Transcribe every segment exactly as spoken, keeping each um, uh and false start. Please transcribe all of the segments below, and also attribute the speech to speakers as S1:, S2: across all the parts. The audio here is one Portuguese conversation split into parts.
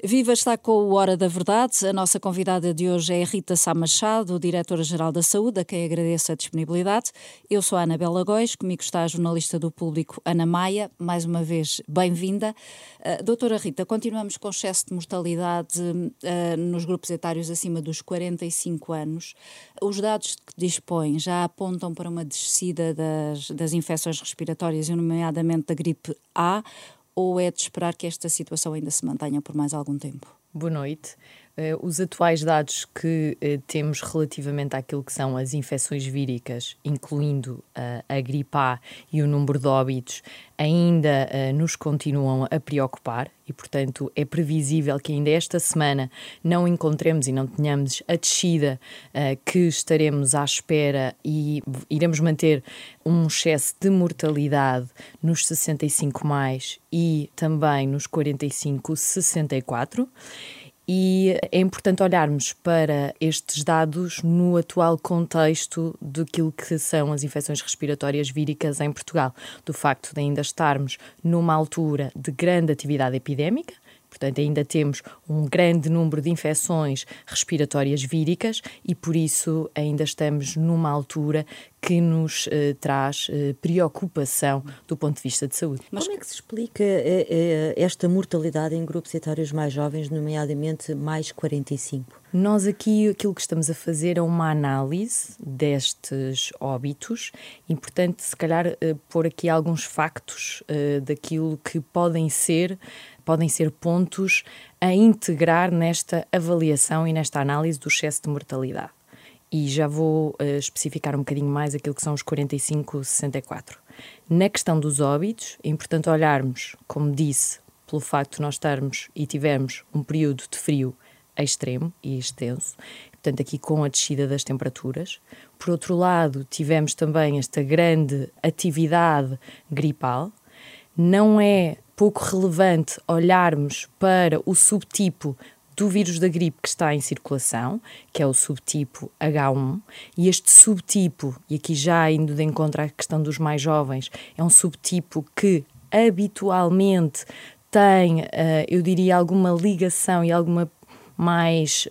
S1: Viva, está com o Hora da Verdade. A nossa convidada de hoje é a Rita Sá Machado, Diretora-Geral da Saúde, a quem agradeço a disponibilidade. Eu sou a Anabela Góis, comigo está a jornalista do Público, Ana Maia. Mais uma vez, bem-vinda. Uh, doutora Rita, continuamos com excesso de mortalidade uh, nos grupos etários acima dos quarenta e cinco anos. Os dados que dispõem já apontam para uma descida das, das infecções respiratórias, e nomeadamente da gripe A, ou é de esperar que esta situação ainda se mantenha por mais algum tempo?
S2: Boa noite. Uh, os atuais dados que uh, temos relativamente àquilo que são as infecções víricas, incluindo uh, a gripe A e o número de óbitos, ainda uh, nos continuam a preocupar e, portanto, é previsível que ainda esta semana não encontremos e não tenhamos a descida uh, que estaremos à espera e iremos manter um excesso de mortalidade nos sessenta e cinco mais e também nos quarenta e cinco a sessenta e quatro. E é importante olharmos para estes dados no atual contexto daquilo que são as infecções respiratórias víricas em Portugal, do facto de ainda estarmos numa altura de grande atividade epidémica. Portanto, ainda temos um grande número de infecções respiratórias víricas e, por isso, ainda estamos numa altura que nos eh, traz eh, preocupação do ponto de vista de saúde.
S3: Mas como é que se explica eh, eh, esta mortalidade em grupos etários mais jovens, nomeadamente mais quarenta e cinco?
S2: Nós aqui, aquilo que estamos a fazer é uma análise destes óbitos. Importante, se calhar, eh, pôr aqui alguns factos eh, daquilo que podem ser, podem ser pontos a integrar nesta avaliação e nesta análise do excesso de mortalidade. E já vou uh, especificar um bocadinho mais aquilo que são os quarenta e cinco a sessenta e quatro. Na questão dos óbitos, é importante olharmos, como disse, pelo facto de nós estarmos e tivermos um período de frio extremo e extenso, portanto aqui com a descida das temperaturas. Por outro lado, tivemos também esta grande atividade gripal. Não é pouco relevante olharmos para o subtipo do vírus da gripe que está em circulação, que é o subtipo agá um, e este subtipo, e aqui já indo de encontro à questão dos mais jovens, é um subtipo que habitualmente tem, eu diria, alguma ligação e alguma mais,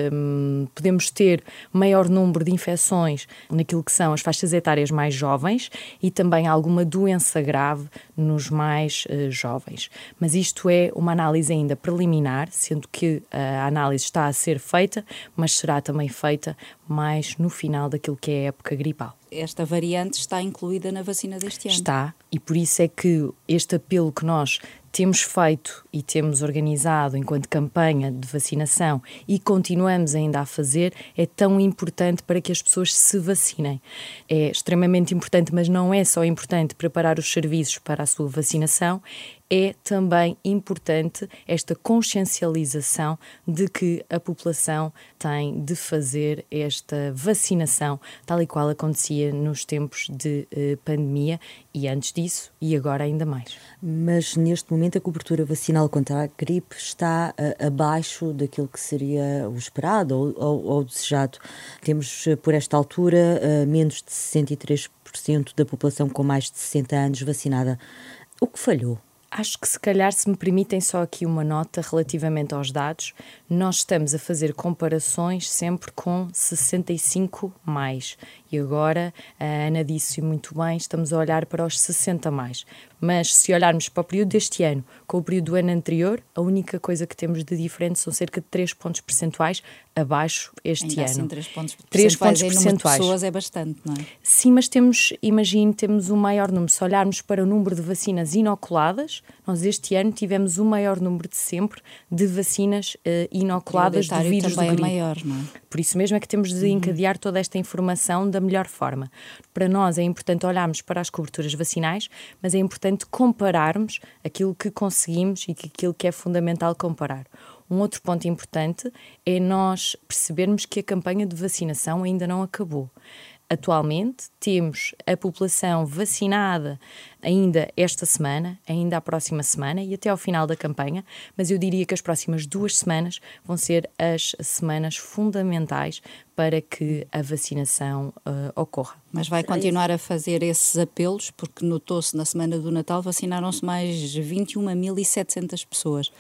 S2: uh, podemos ter maior número de infecções naquilo que são as faixas etárias mais jovens e também alguma doença grave nos mais uh, jovens. Mas isto é uma análise ainda preliminar, sendo que a análise está a ser feita, mas será também feita mais no final daquilo que é a época gripal.
S1: Esta variante está incluída na vacina deste ano?
S2: Está, e por isso é que este apelo que nós temos feito e temos organizado enquanto campanha de vacinação e continuamos ainda a fazer é tão importante para que as pessoas se vacinem. É extremamente importante, mas não é só importante preparar os serviços para a sua vacinação, é também importante esta consciencialização de que a população tem de fazer esta vacinação, tal e qual acontecia nos tempos de eh, pandemia e antes disso e agora ainda mais.
S3: Mas neste momento a cobertura vacinal contra a gripe está uh, abaixo daquilo que seria o esperado ou, ou, ou desejado. Temos uh, por esta altura uh, menos de sessenta e três por cento da população com mais de sessenta anos vacinada. O que falhou?
S2: Acho que se calhar, se me permitem só aqui uma nota relativamente aos dados, nós estamos a fazer comparações sempre com sessenta e cinco mais. E agora, a Ana disse muito bem, estamos a olhar para os sessenta mais. Mas se olharmos para o período deste ano com o período do ano anterior, a única coisa que temos de diferente são cerca de três pontos percentuais abaixo este
S1: Ainda
S2: ano.
S1: Assim, três pontos
S2: três
S1: percentuais
S2: pontos
S1: em número de pessoas é bastante, não é?
S2: Sim, mas temos, imagine, temos um maior número. Se olharmos para o número de vacinas inoculadas, nós este ano tivemos o maior número de sempre de vacinas uh, inoculadas do vírus do gripe.
S1: É maior, não é?
S2: Por isso mesmo é que temos de encadear uhum. toda esta informação da melhor forma. Para nós é importante olharmos para as coberturas vacinais, mas é importante compararmos aquilo que conseguimos e aquilo que é fundamental comparar. Um outro ponto importante é nós percebermos que a campanha de vacinação ainda não acabou. Atualmente temos a população vacinada ainda esta semana, ainda a próxima semana e até ao final da campanha, mas eu diria que as próximas duas semanas vão ser as semanas fundamentais para que a vacinação uh, ocorra.
S1: Mas vai continuar a fazer esses apelos, porque notou-se na semana do Natal vacinaram-se mais vinte e uma mil e setecentas pessoas.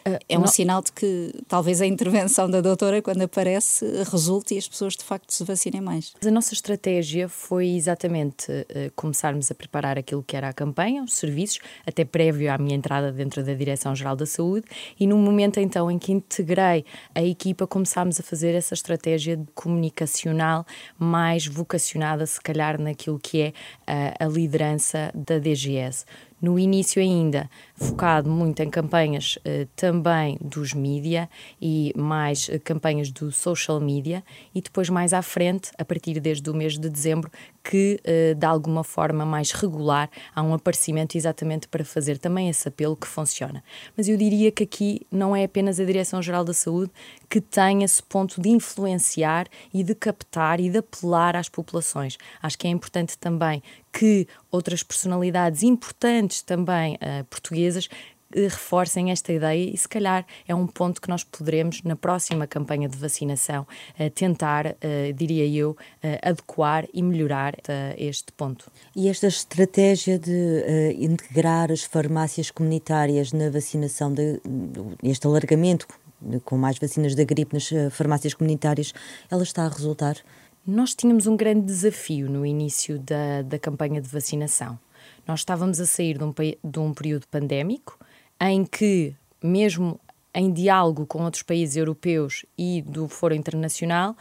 S1: É um sinal de que talvez a intervenção da doutora, quando aparece, resulte e as pessoas de facto se vacinem mais.
S2: A nossa estratégia foi exatamente uh, começarmos a preparar aquilo que era a campanha, os serviços, até prévio à minha entrada dentro da Direção-Geral da Saúde, e no momento então em que integrei a equipa, começámos a fazer essa estratégia comunicacional mais vocacionada, se calhar, naquilo que é uh, a liderança da D G S. No início ainda, focado muito em campanhas eh, também dos mídia e mais eh, campanhas do social media, e depois mais à frente, a partir desde o mês de dezembro, que eh, de alguma forma mais regular há um aparecimento exatamente para fazer também esse apelo que funciona. Mas eu diria que aqui não é apenas a Direção-Geral da Saúde que tem esse ponto de influenciar e de captar e de apelar às populações. Acho que é importante também que outras personalidades importantes também uh, portuguesas uh, reforcem esta ideia, e se calhar é um ponto que nós poderemos, na próxima campanha de vacinação, uh, tentar, uh, diria eu, uh, adequar e melhorar uh, este ponto.
S3: E esta estratégia de uh, integrar as farmácias comunitárias na vacinação, de, de, este alargamento de, com mais vacinas da gripe nas uh, farmácias comunitárias, ela está a resultar?
S2: Nós tínhamos um grande desafio no início da, da campanha de vacinação. Nós estávamos a sair de um, de um período pandémico em que, mesmo em diálogo com outros países europeus e do Foro Internacional,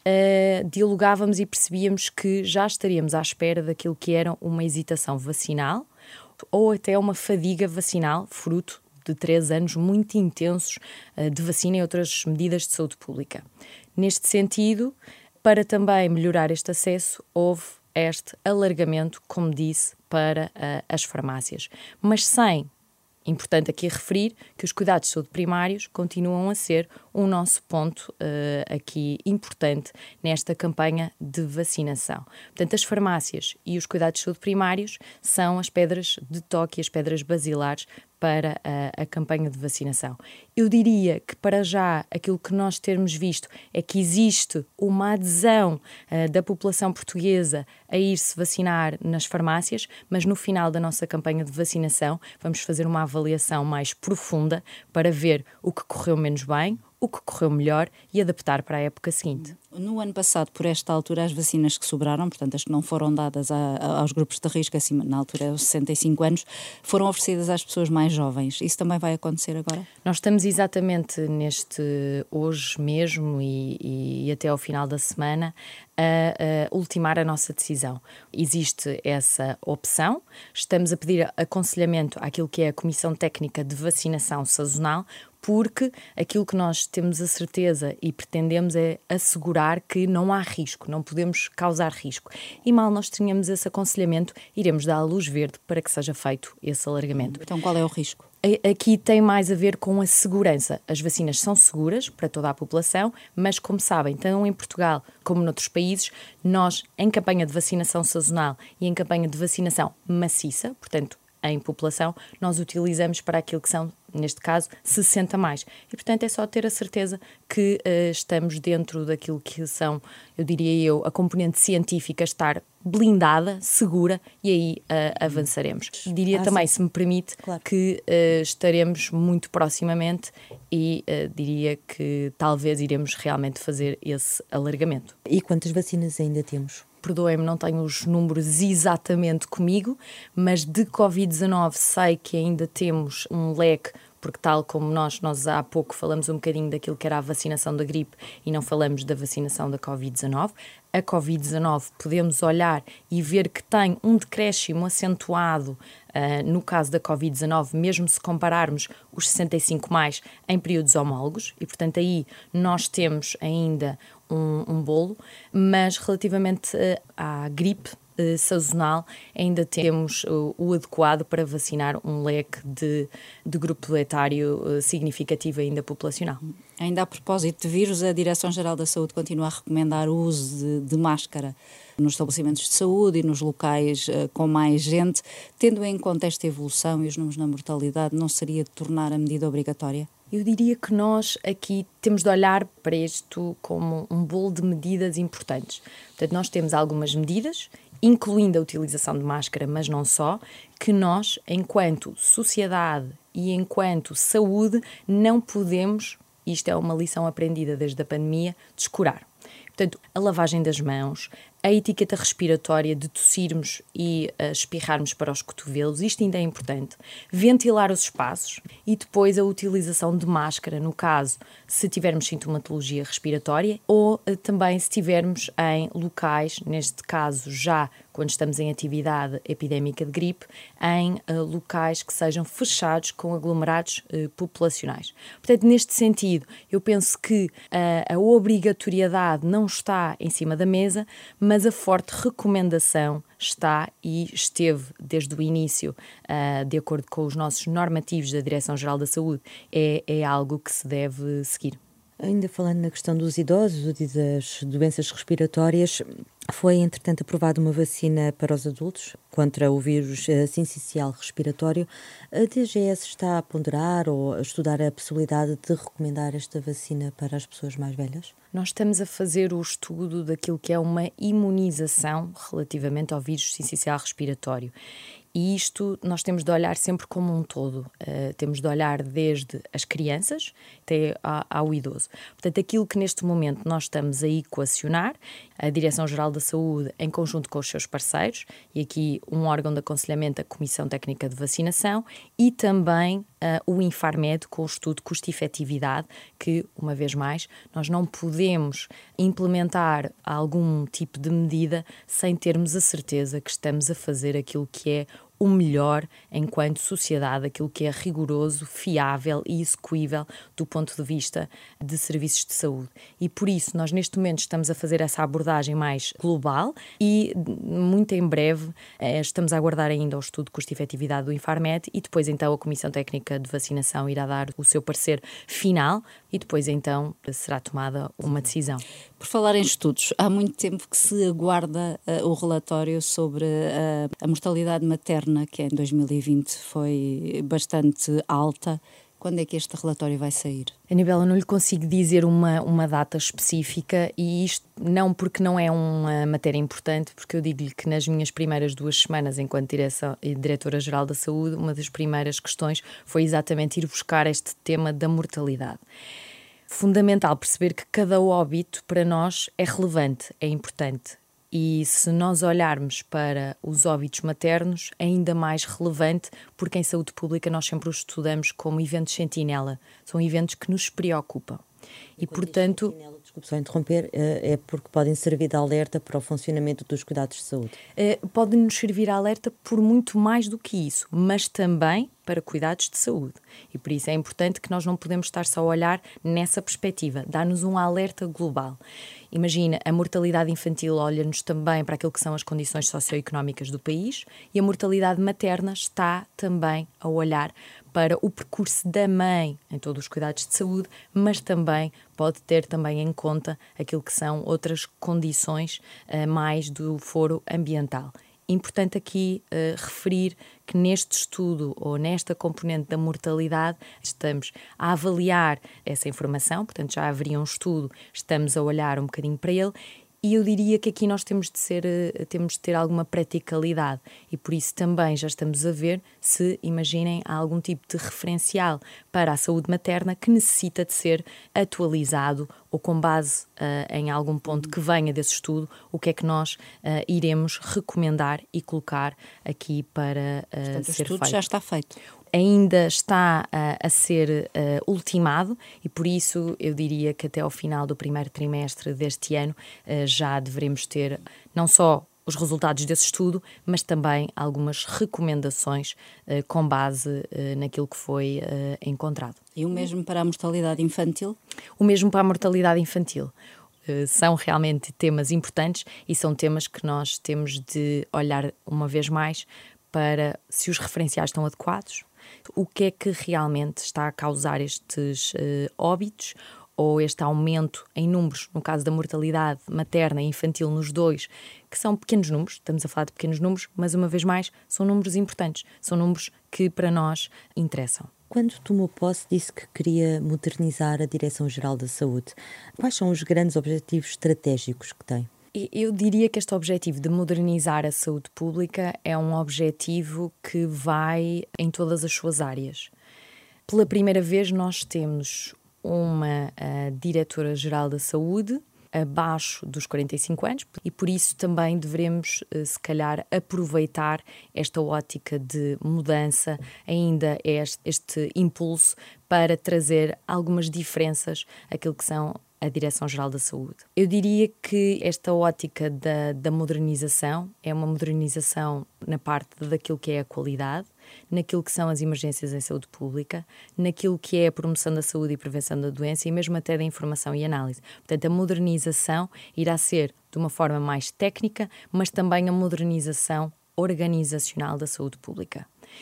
S2: uh, dialogávamos e percebíamos que já estaríamos à espera daquilo que era uma hesitação vacinal ou até uma fadiga vacinal, fruto de três anos muito intensos uh, de vacina e outras medidas de saúde pública. Neste sentido, para também melhorar este acesso, houve este alargamento, como disse, para uh, as farmácias. Mas sem, importante aqui referir, que os cuidados de saúde primários continuam a ser o nosso ponto uh, aqui importante nesta campanha de vacinação. Portanto, as farmácias e os cuidados de saúde primários são as pedras de toque e as pedras basilares para a, a campanha de vacinação. Eu diria que, para já, aquilo que nós temos visto é que existe uma adesão uh, da população portuguesa a ir-se vacinar nas farmácias, mas no final da nossa campanha de vacinação vamos fazer uma avaliação mais profunda para ver o que correu menos bem, o que correu melhor e adaptar para a época seguinte.
S1: No ano passado, por esta altura, as vacinas que sobraram, portanto as que não foram dadas a, a, aos grupos de risco, acima, na altura aos sessenta e cinco anos, foram oferecidas às pessoas mais jovens. Isso também vai acontecer agora?
S2: Nós estamos exatamente neste, hoje mesmo e, e até ao final da semana, a, a ultimar a nossa decisão. Existe essa opção, estamos a pedir aconselhamento àquilo que é a Comissão Técnica de Vacinação Sazonal, porque aquilo que nós temos a certeza e pretendemos é assegurar que não há risco, não podemos causar risco. E mal nós tenhamos esse aconselhamento, iremos dar a luz verde para que seja feito esse alargamento.
S1: Então qual é o risco?
S2: Aqui tem mais a ver com a segurança. As vacinas são seguras para toda a população, mas, como sabem, tanto em Portugal como noutros países, nós, em campanha de vacinação sazonal e em campanha de vacinação maciça, portanto, em população, nós utilizamos para aquilo que são, neste caso, sessenta mais. E, portanto, é só ter a certeza que uh, estamos dentro daquilo que são, eu diria eu, a componente científica estar blindada, segura, e aí uh, avançaremos. Diria ah, também, sim. se me permite, claro. que uh, estaremos muito proximamente e uh, diria que talvez iremos realmente fazer esse alargamento.
S3: E quantas vacinas ainda temos?
S2: Perdoem-me, não tenho os números exatamente comigo, mas de covid dezanove sei que ainda temos um leque, porque tal como nós, nós há pouco falamos um bocadinho daquilo que era a vacinação da gripe e não falamos da vacinação da covid dezanove. A covid dezanove podemos olhar e ver que tem um decréscimo acentuado uh, no caso da covid dezanove, mesmo se compararmos os sessenta e cinco mais em períodos homólogos, e portanto aí nós temos ainda um, um bolo, mas relativamente uh, à gripe uh, sazonal ainda temos uh, o adequado para vacinar um leque de, de grupo etário uh, significativo ainda populacional.
S1: Ainda a propósito de vírus, a Direção-Geral da Saúde continua a recomendar o uso de, de máscara nos estabelecimentos de saúde e nos locais uh, com mais gente. Tendo em conta esta evolução e os números na mortalidade, não seria de tornar a medida obrigatória?
S2: Eu diria que nós aqui temos de olhar para isto como um bolo de medidas importantes. Portanto, nós temos algumas medidas, incluindo a utilização de máscara, mas não só, que nós, enquanto sociedade e enquanto saúde não podemos, isto é uma lição aprendida desde a pandemia, descurar. Portanto, a lavagem das mãos, a etiqueta respiratória de tossirmos e uh, espirrarmos para os cotovelos, isto ainda é importante. Ventilar os espaços e depois a utilização de máscara, no caso, se tivermos sintomatologia respiratória ou uh, também se tivermos em locais, neste caso já quando estamos em atividade epidémica de gripe, em uh, locais que sejam fechados com aglomerados uh, populacionais. Portanto, neste sentido, eu penso que uh, a obrigatoriedade não está em cima da mesa, mas a forte recomendação está e esteve desde o início, uh, de acordo com os nossos normativos da Direção-Geral da Saúde, é, é algo que se deve seguir.
S3: Ainda falando na questão dos idosos e das doenças respiratórias, foi entretanto aprovada uma vacina para os adultos contra o vírus sincicial respiratório. A D G S está a ponderar ou a estudar a possibilidade de recomendar esta vacina para as pessoas mais velhas?
S2: Nós estamos a fazer o estudo daquilo que é uma imunização relativamente ao vírus sincicial respiratório. E isto nós temos de olhar sempre como um todo. Uh, temos de olhar desde as crianças até ao idoso. Portanto, aquilo que neste momento nós estamos a equacionar, a Direção-Geral da Saúde, em conjunto com os seus parceiros, e aqui um órgão de aconselhamento, a Comissão Técnica de Vacinação, e também uh, o Infarmed, com o estudo custo-efetividade, que, uma vez mais, nós não podemos implementar algum tipo de medida sem termos a certeza que estamos a fazer aquilo que é o melhor enquanto sociedade, aquilo que é rigoroso, fiável e execuível do ponto de vista de serviços de saúde. E por isso nós neste momento estamos a fazer essa abordagem mais global e muito em breve eh, estamos a aguardar ainda o estudo de custo-efetividade do Infarmed e depois então a Comissão Técnica de Vacinação irá dar o seu parecer final e depois então será tomada uma decisão.
S1: Por falar em estudos, há muito tempo que se aguarda uh, o relatório sobre uh, a mortalidade materna, que em dois mil e vinte foi bastante alta. Quando é que este relatório vai sair?
S2: Anabela, não lhe consigo dizer uma, uma data específica e isto não porque não é uma matéria importante, porque eu digo-lhe que nas minhas primeiras duas semanas enquanto direção, Diretora-Geral da Saúde, uma das primeiras questões foi exatamente ir buscar este tema da mortalidade. Fundamental perceber que cada óbito para nós é relevante, é importante. E se nós olharmos para os óbitos maternos, é ainda mais relevante, porque em saúde pública nós sempre os estudamos como eventos sentinela. São eventos que nos preocupam. E, portanto...
S3: Desculpe só interromper, é porque podem servir de alerta para o funcionamento dos cuidados de saúde.
S2: Podem-nos servir de alerta por muito mais do que isso, mas também para cuidados de saúde. E por isso é importante que nós não podemos estar só a olhar nessa perspectiva, dá-nos um alerta global. Imagina, a mortalidade infantil olha-nos também para aquilo que são as condições socioeconómicas do país e a mortalidade materna está também a olhar para o percurso da mãe em todos os cuidados de saúde, mas também pode ter também em conta aquilo que são outras condições uh, mais do foro ambiental. Importante aqui uh, referir que neste estudo ou nesta componente da mortalidade estamos a avaliar essa informação, portanto já haveria um estudo, estamos a olhar um bocadinho para ele e eu diria que aqui nós temos de, ser, temos de ter alguma praticalidade e por isso também já estamos a ver se, imaginem, há algum tipo de referencial para a saúde materna que necessita de ser atualizado ou com base uh, em algum ponto que venha desse estudo, o que é que nós uh, iremos recomendar e colocar aqui para uh,
S1: Portanto,
S2: ser
S1: o estudo
S2: feito.
S1: Já está feito.
S2: Ainda está uh, a ser uh, ultimado e por isso eu diria que até ao final do primeiro trimestre deste ano uh, já devemos ter não só os resultados desse estudo, mas também algumas recomendações uh, com base uh, naquilo que foi uh, encontrado.
S1: E o mesmo para a mortalidade infantil?
S2: O mesmo para a mortalidade infantil. Uh, são realmente temas importantes e são temas que nós temos de olhar uma vez mais para se os referenciais estão adequados, o que é que realmente está a causar estes uh, óbitos ou este aumento em números, no caso da mortalidade materna e infantil nos dois, que são pequenos números, estamos a falar de pequenos números, mas uma vez mais são números importantes, são números que para nós interessam.
S3: Quando tomou posse disse que queria modernizar a Direção-Geral da Saúde. Quais são os grandes objetivos estratégicos que tem?
S2: Eu diria que este objetivo de modernizar a saúde pública é um objetivo que vai em todas as suas áreas. Pela primeira vez nós temos uma uh, Diretora-Geral da Saúde abaixo dos quarenta e cinco anos e por isso também devemos, uh, se calhar, aproveitar esta ótica de mudança, ainda este, este impulso para trazer algumas diferenças àquilo que são a Direção-Geral da Saúde. Eu diria que esta ótica da, da modernização é uma modernização na parte daquilo que é a qualidade, naquilo que são as emergências em saúde pública, naquilo que é a promoção da saúde e prevenção da doença e mesmo até da informação e análise. Portanto, a modernização irá ser de uma forma mais técnica, mas também a modernização organizacional da saúde pública.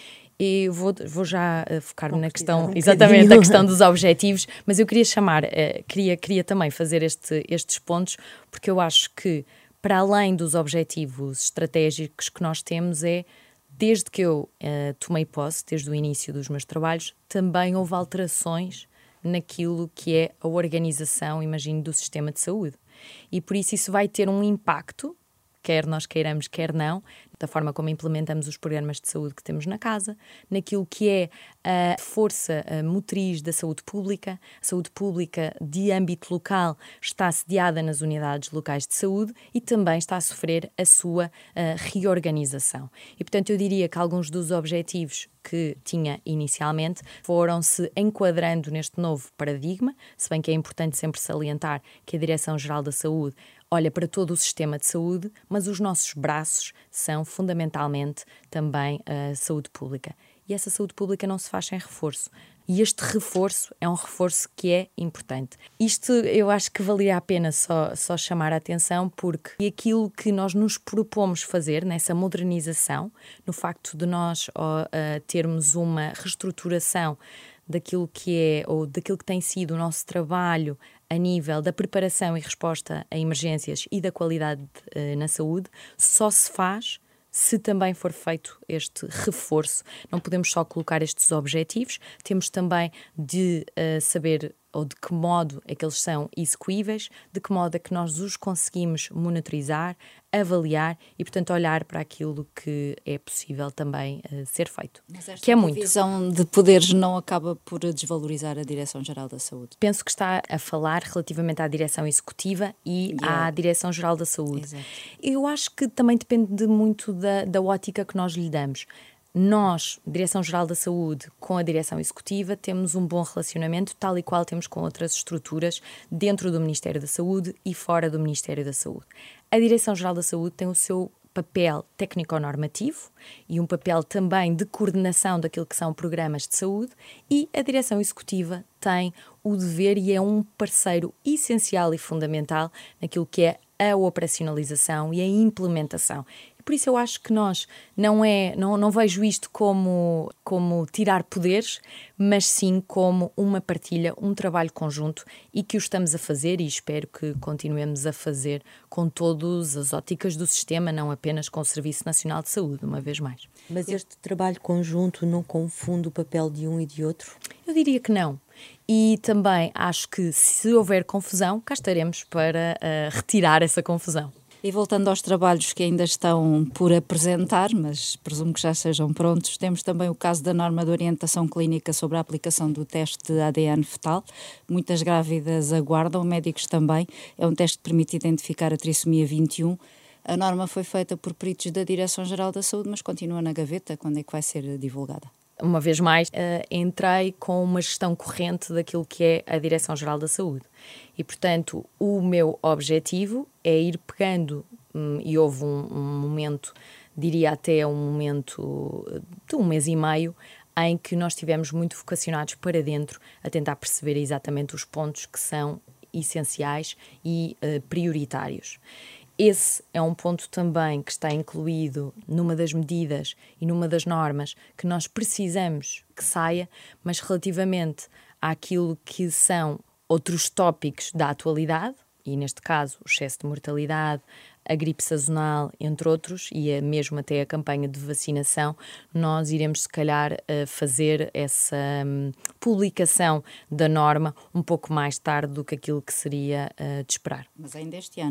S2: E vou, vou já uh, focar-me na questão, um exatamente, a questão dos objetivos, mas eu queria chamar, uh, queria, queria também fazer este, estes pontos, porque eu acho que, para além dos objetivos estratégicos que nós temos, é, desde que eu uh, tomei posse, desde o início dos meus trabalhos, também houve alterações naquilo que é a organização, imagino, do sistema de saúde. E por isso isso vai ter um impacto, quer nós queiramos, quer não, da forma como implementamos os programas de saúde que temos na casa, naquilo que é a força motriz da saúde pública. A saúde pública de âmbito local está sediada nas unidades locais de saúde e também está a sofrer a sua a reorganização. E, portanto, eu diria que alguns dos objetivos que tinha inicialmente foram-se enquadrando neste novo paradigma, se bem que é importante sempre salientar que a Direção-Geral da Saúde olha para todo o sistema de saúde, mas os nossos braços são fundamentalmente também a saúde pública. E essa saúde pública não se faz sem reforço. E este reforço é um reforço que é importante. Isto eu acho que valia a pena só, só chamar a atenção, porque aquilo que nós nos propomos fazer nessa modernização, no facto de nós ó, uh, termos uma reestruturação daquilo que é, ou daquilo que tem sido o nosso trabalho a nível da preparação e resposta a emergências e da qualidade uh, na saúde, só se faz se também for feito este reforço. Não podemos só colocar estes objetivos, temos também de uh, saber ou de que modo é que eles são execuíveis, de que modo é que nós os conseguimos monitorizar, avaliar e, portanto, olhar para aquilo que é possível também uh, ser feito.
S1: Mas esta
S2: que é muito.
S1: divisão de poderes não acaba por desvalorizar a Direção-Geral da Saúde?
S2: Penso que está a falar relativamente à Direção Executiva e yeah. à Direção-Geral da Saúde.
S1: Exato.
S2: Eu acho que também depende muito da, da ótica que nós lhe damos. Nós, Direção-Geral da Saúde, com a Direção Executiva, temos um bom relacionamento, tal e qual temos com outras estruturas dentro do Ministério da Saúde e fora do Ministério da Saúde. A Direção-Geral da Saúde tem o seu papel técnico-normativo e um papel também de coordenação daquilo que são programas de saúde, e a Direção Executiva tem o dever e é um parceiro essencial e fundamental naquilo que é a operacionalização e a implementação. Por isso eu acho que nós não, é, não, não vejo isto como, como tirar poderes, mas sim como uma partilha, um trabalho conjunto, e que o estamos a fazer e espero que continuemos a fazer com todas as óticas do sistema, não apenas com o Serviço Nacional de Saúde, uma vez mais.
S3: Mas este trabalho conjunto não confunde o papel de um e de outro?
S2: Eu diria que não. E também acho que se houver confusão, cá estaremos para uh, retirar essa confusão.
S1: E voltando aos trabalhos que ainda estão por apresentar, mas presumo que já sejam prontos, temos também o caso da norma de orientação clínica sobre a aplicação do teste de A D N fetal. Muitas grávidas aguardam, médicos também. É um teste que permite identificar a trissomia vinte e um. A norma foi feita por peritos da Direção-Geral da Saúde, mas continua na gaveta. Quando é que vai ser divulgada?
S2: Uma vez mais, uh, entrei com uma gestão corrente daquilo que é a Direção-Geral da Saúde. E, portanto, o meu objetivo é ir pegando, um, e houve um, um momento, diria até um momento de um mês e meio, em que nós estivemos muito vocacionados para dentro a tentar perceber exatamente os pontos que são essenciais e uh, prioritários. Esse é um ponto também que está incluído numa das medidas e numa das normas que nós precisamos que saia, mas relativamente àquilo que são outros tópicos da atualidade, e neste caso o excesso de mortalidade, a gripe sazonal, entre outros, e é mesmo até a campanha de vacinação, nós iremos se calhar fazer essa um, publicação da norma um pouco mais tarde do que aquilo que seria uh, de esperar.
S1: Mas ainda este ano?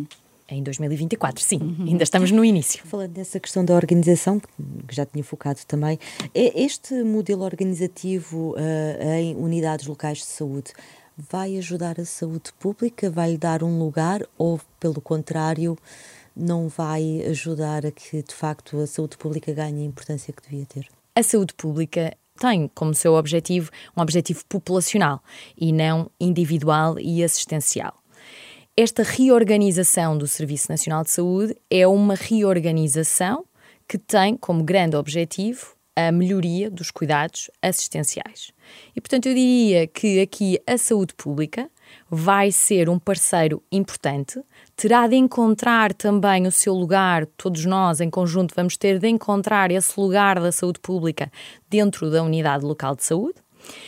S2: Em dois mil e vinte e quatro, sim, uhum. Ainda estamos no início.
S3: Falando dessa questão da organização, que já tinha focado também, este modelo organizativo uh, em unidades locais de saúde vai ajudar a saúde pública? Vai-lhe dar um lugar ou, pelo contrário, não vai ajudar a que, de facto, a saúde pública ganhe a importância que devia ter?
S2: A saúde pública tem como seu objetivo um objetivo populacional e não individual e assistencial. Esta reorganização do Serviço Nacional de Saúde é uma reorganização que tem como grande objetivo a melhoria dos cuidados assistenciais. E, portanto, eu diria que aqui a saúde pública vai ser um parceiro importante, terá de encontrar também o seu lugar, todos nós em conjunto vamos ter de encontrar esse lugar da saúde pública dentro da unidade local de saúde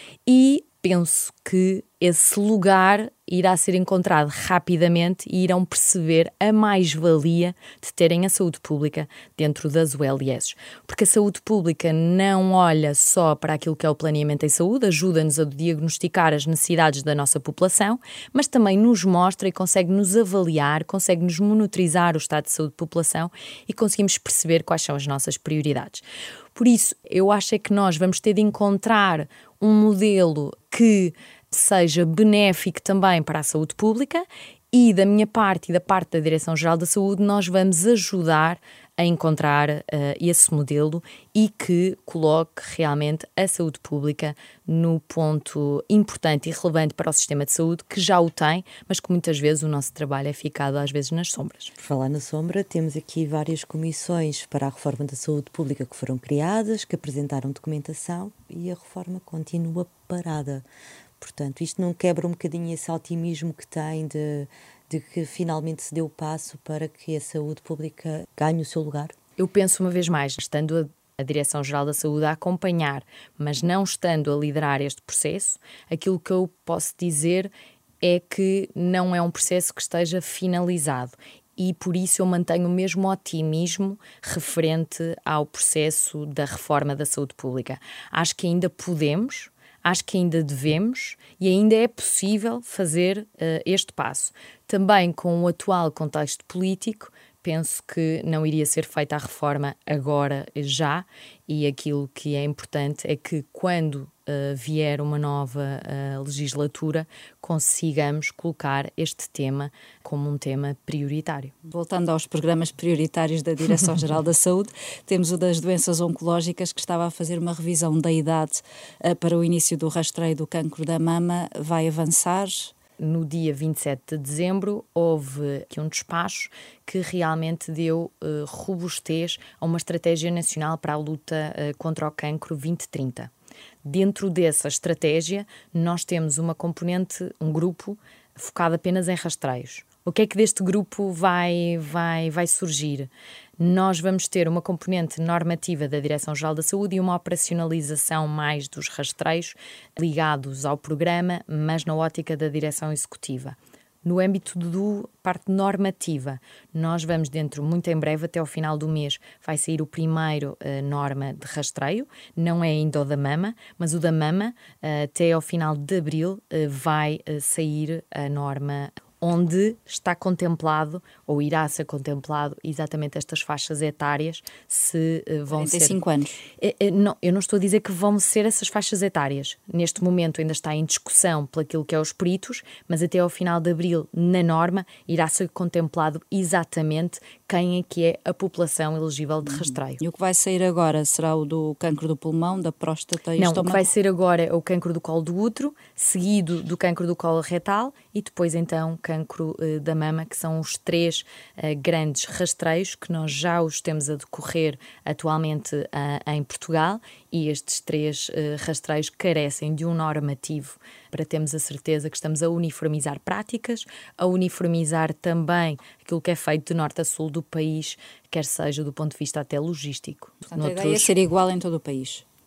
S2: e penso que esse lugar irá ser encontrado rapidamente e irão perceber a mais-valia de terem a saúde pública dentro das U L S. Porque a saúde pública não olha só para aquilo que é o planeamento em saúde, ajuda-nos a diagnosticar as necessidades da nossa população, mas também nos mostra e consegue-nos avaliar, consegue-nos monitorizar o estado de saúde da população e conseguimos perceber quais são as nossas prioridades. Por isso, eu acho é que nós vamos ter de encontrar um modelo que seja benéfico também para a saúde pública e da minha parte e da parte da Direção-Geral da Saúde nós vamos ajudar a encontrar uh, esse modelo e que coloque realmente a saúde pública no ponto importante e relevante para o sistema de saúde, que já o tem, mas que muitas vezes o nosso trabalho é ficado às vezes nas sombras.
S3: Por falar na sombra, temos aqui várias comissões para a reforma da saúde pública que foram criadas, que apresentaram documentação e a reforma continua parada. Portanto, isto não quebra um bocadinho esse otimismo que tem de... de que finalmente se deu o passo para que a saúde pública ganhe o seu lugar?
S2: Eu penso uma vez mais, estando a, a Direção-Geral da Saúde a acompanhar, mas não estando a liderar este processo, aquilo que eu posso dizer é que não é um processo que esteja finalizado e por isso eu mantenho o mesmo otimismo referente ao processo da reforma da saúde pública. Acho que ainda podemos... Acho que ainda devemos e ainda é possível fazer uh, este passo. Também com o atual contexto político, penso que não iria ser feita a reforma agora, já, e aquilo que é importante é que quando uh, vier uma nova uh, legislatura, consigamos colocar este tema como um tema prioritário.
S1: Voltando aos programas prioritários da Direção-Geral da Saúde, temos o das doenças oncológicas, que estava a fazer uma revisão da idade uh, para o início do rastreio do cancro da mama. Vai avançar?
S2: No dia vinte e sete de dezembro, houve aqui um despacho que realmente deu uh, robustez a uma estratégia nacional para a luta uh, contra o cancro vinte trinta. Dentro dessa estratégia, nós temos uma componente, um grupo, focado apenas em rastreios. O que é que deste grupo vai, vai, vai surgir? Nós vamos ter uma componente normativa da Direção-Geral da Saúde e uma operacionalização mais dos rastreios ligados ao programa, mas na ótica da Direção Executiva. No âmbito da parte normativa, nós vamos dentro, muito em breve, até ao final do mês, vai sair o primeiro uh, norma de rastreio, não é ainda o da mama, mas o da mama, uh, até ao final de abril, uh, vai uh, sair a norma onde está contemplado, ou irá ser contemplado, exatamente estas faixas etárias, se uh, vão
S1: quarenta e cinco
S2: ser...
S1: anos.
S2: É, é, não, eu não estou a dizer que vão ser essas faixas etárias. Neste momento ainda está em discussão por aquilo que é os peritos, mas até ao final de abril, na norma, irá ser contemplado exatamente quem é que é a população elegível de rastreio.
S1: E o que vai sair agora será o do cancro do pulmão, da próstata e
S2: não,
S1: estômago?
S2: O que vai ser agora é o cancro do colo do útero, seguido do cancro do colo retal e depois então cancro uh, da mama, que são os três uh, grandes rastreios que nós já os temos a decorrer atualmente uh, em Portugal, e estes três uh, rastreios carecem de um normativo para termos a certeza que estamos a uniformizar práticas, a uniformizar também aquilo que é feito de norte a sul do país, quer seja do ponto de vista até logístico.
S1: Portanto, Noutros... a ideia é ser igual em todo o país.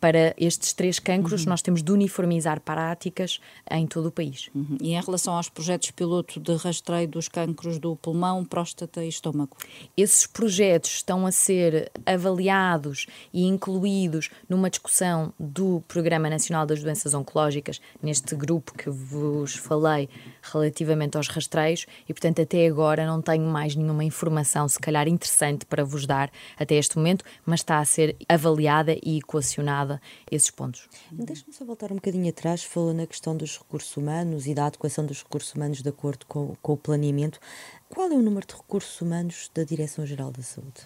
S2: para estes três cancros, uhum. nós temos de uniformizar práticas em todo o país.
S1: Uhum. E em relação aos projetos piloto de rastreio dos cancros do pulmão, próstata e estômago?
S2: Esses projetos estão a ser avaliados e incluídos numa discussão do Programa Nacional das Doenças Oncológicas, neste grupo que vos falei relativamente aos rastreios, e portanto até agora não tenho mais nenhuma informação, se calhar interessante para vos dar até este momento, mas está a ser avaliada e equacionada esses pontos.
S3: Deixa-me só voltar um bocadinho atrás, falando na questão dos recursos humanos e da adequação dos recursos humanos de acordo com, com o planeamento. Qual é o número de recursos humanos da Direção-Geral da Saúde?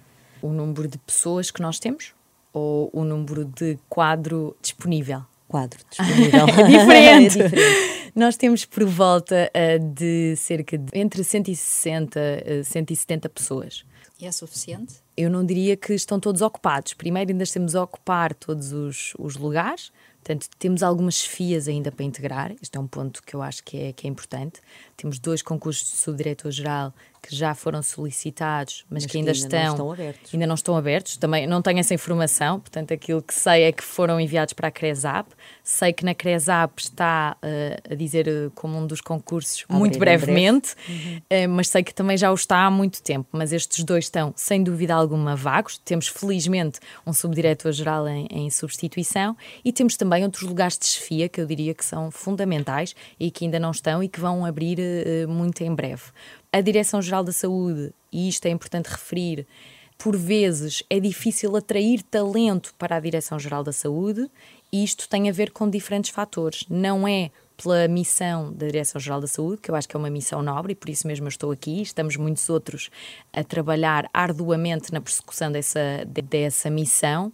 S2: O número de pessoas que nós temos ou o número de quadro disponível?
S3: Quadro disponível.
S2: É diferente. É diferente. Nós temos por volta uh, de cerca de entre cento e sessenta e cento e setenta pessoas.
S1: E é suficiente?
S2: Eu não diria que estão todos ocupados. Primeiro ainda estamos a ocupar todos os, os lugares, portanto temos algumas chefias ainda para integrar. Este é um ponto que eu acho que é, que é importante. Temos dois concursos de subdiretor-geral que já foram solicitados, mas, mas que ainda, que ainda estão, não estão abertos. Ainda não estão abertos. Também não tenho essa informação, portanto aquilo que sei é que foram enviados para a CRESAP. Sei que na CRESAP está uh, a dizer uh, como um dos concursos a muito brevemente, breve. uhum. uh, mas sei que também já o está há muito tempo. Mas estes dois estão, sem dúvida alguma, vagos. Temos felizmente um subdiretor-geral em, em substituição e temos também outros lugares de chefia que eu diria que são fundamentais e que ainda não estão e que vão abrir uh, muito em breve. A Direção-Geral da Saúde, e isto é importante referir, por vezes é difícil atrair talento para a Direção-Geral da Saúde e isto tem a ver com diferentes fatores. Não é pela missão da Direção-Geral da Saúde, que eu acho que é uma missão nobre e por isso mesmo eu estou aqui, estamos muitos outros a trabalhar arduamente na persecução dessa, dessa missão,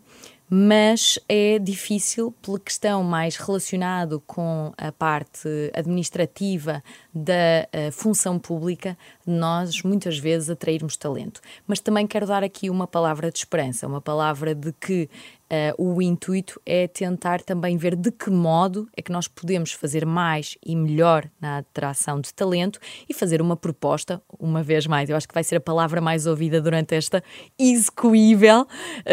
S2: mas é difícil pela questão mais relacionada com a parte administrativa da uh, função pública, nós muitas vezes atrairmos talento. Mas também quero dar aqui uma palavra de esperança, uma palavra de que uh, o intuito é tentar também ver de que modo é que nós podemos fazer mais e melhor na atração de talento e fazer uma proposta, uma vez mais, eu acho que vai ser a palavra mais ouvida durante esta execuível, uh,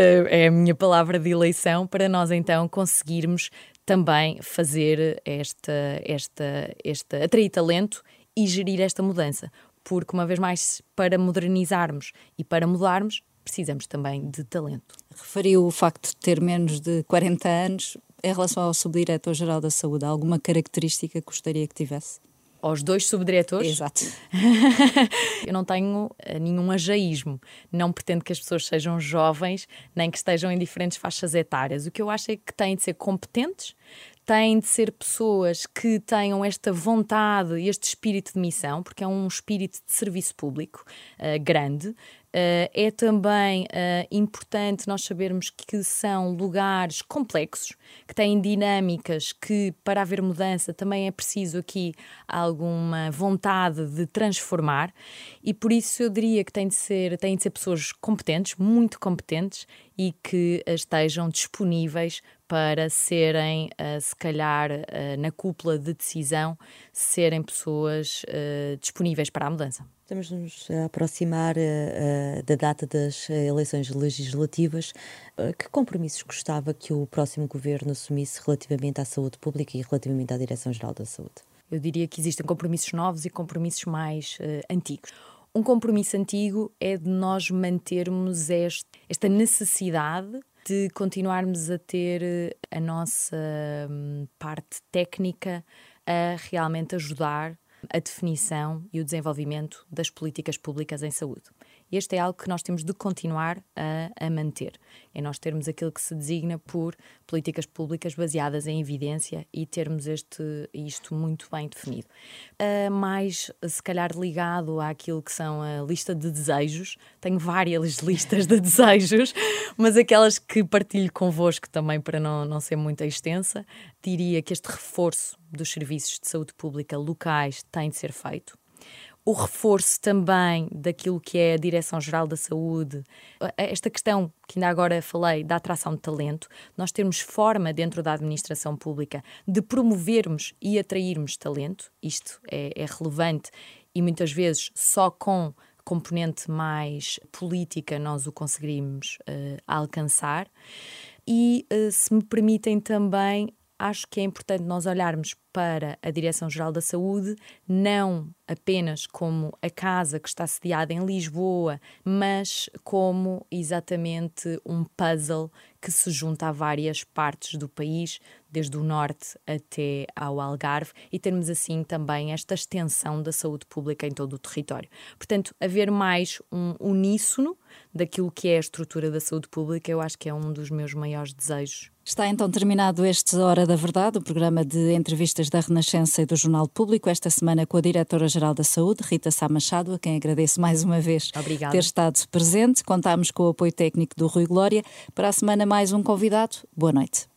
S2: é a minha palavra de eleição, para nós então conseguirmos também fazer esta, esta, esta, atrair talento e gerir esta mudança. Porque, uma vez mais, para modernizarmos e para mudarmos, precisamos também de talento.
S1: Referiu o facto de ter menos de quarenta anos. Em relação ao subdiretor-geral da Saúde, há alguma característica que gostaria que tivesse?
S2: Aos dois subdiretores?
S1: Exato.
S2: Eu não tenho nenhum ageísmo. Não pretendo que as pessoas sejam jovens, nem que estejam em diferentes faixas etárias. O que eu acho é que têm de ser competentes, têm de ser pessoas que tenham esta vontade, este espírito de missão, porque é um espírito de serviço público uh, grande. Uh, é também uh, importante nós sabermos que são lugares complexos, que têm dinâmicas que, para haver mudança, também é preciso aqui alguma vontade de transformar e por isso eu diria que têm de ser, têm de ser pessoas competentes, muito competentes e que estejam disponíveis para serem, uh, se calhar, uh, na cúpula de decisão, serem pessoas uh, disponíveis para a mudança.
S3: Estamos-nos a aproximar uh, uh, da data das eleições legislativas. Uh, que compromissos gostava que o próximo governo assumisse relativamente à saúde pública e relativamente à Direção-Geral da Saúde?
S2: Eu diria que existem compromissos novos e compromissos mais uh, antigos. Um compromisso antigo é de nós mantermos este, esta necessidade de continuarmos a ter a nossa um, parte técnica a realmente ajudar a definição e o desenvolvimento das políticas públicas em saúde. Este é algo que nós temos de continuar a, a manter. É nós termos aquilo que se designa por políticas públicas baseadas em evidência e termos este, isto muito bem definido. Uh, mais, se calhar, ligado àquilo que são a lista de desejos. Tenho várias listas de desejos, mas aquelas que partilho convosco também para não, não ser muito extensa. Diria que este reforço dos serviços de saúde pública locais tem de ser feito. O reforço também daquilo que é a Direção-Geral da Saúde, esta questão que ainda agora falei da atração de talento, nós termos forma dentro da administração pública de promovermos e atrairmos talento, isto é, é relevante e muitas vezes só com componente mais política nós o conseguimos uh, alcançar. e, se me permitem também, acho que é importante nós olharmos para a Direção-Geral da Saúde não apenas como a casa que está sediada em Lisboa, mas como exatamente um puzzle que se junta a várias partes do país, desde o norte até ao Algarve, e termos assim também esta extensão da saúde pública em todo o território. Portanto, haver mais um uníssono daquilo que é a estrutura da saúde pública, eu acho que é um dos meus maiores desejos.
S1: Está então terminado este Hora da Verdade, o programa de entrevistas da Renascença e do Jornal Público, esta semana com a Diretora-Geral da Saúde, Rita Sá Machado, a quem agradeço mais uma vez
S2: Obrigada.
S1: ter estado presente. Contámos com o apoio técnico do Rui Glória. Para a semana mais um convidado. Boa noite.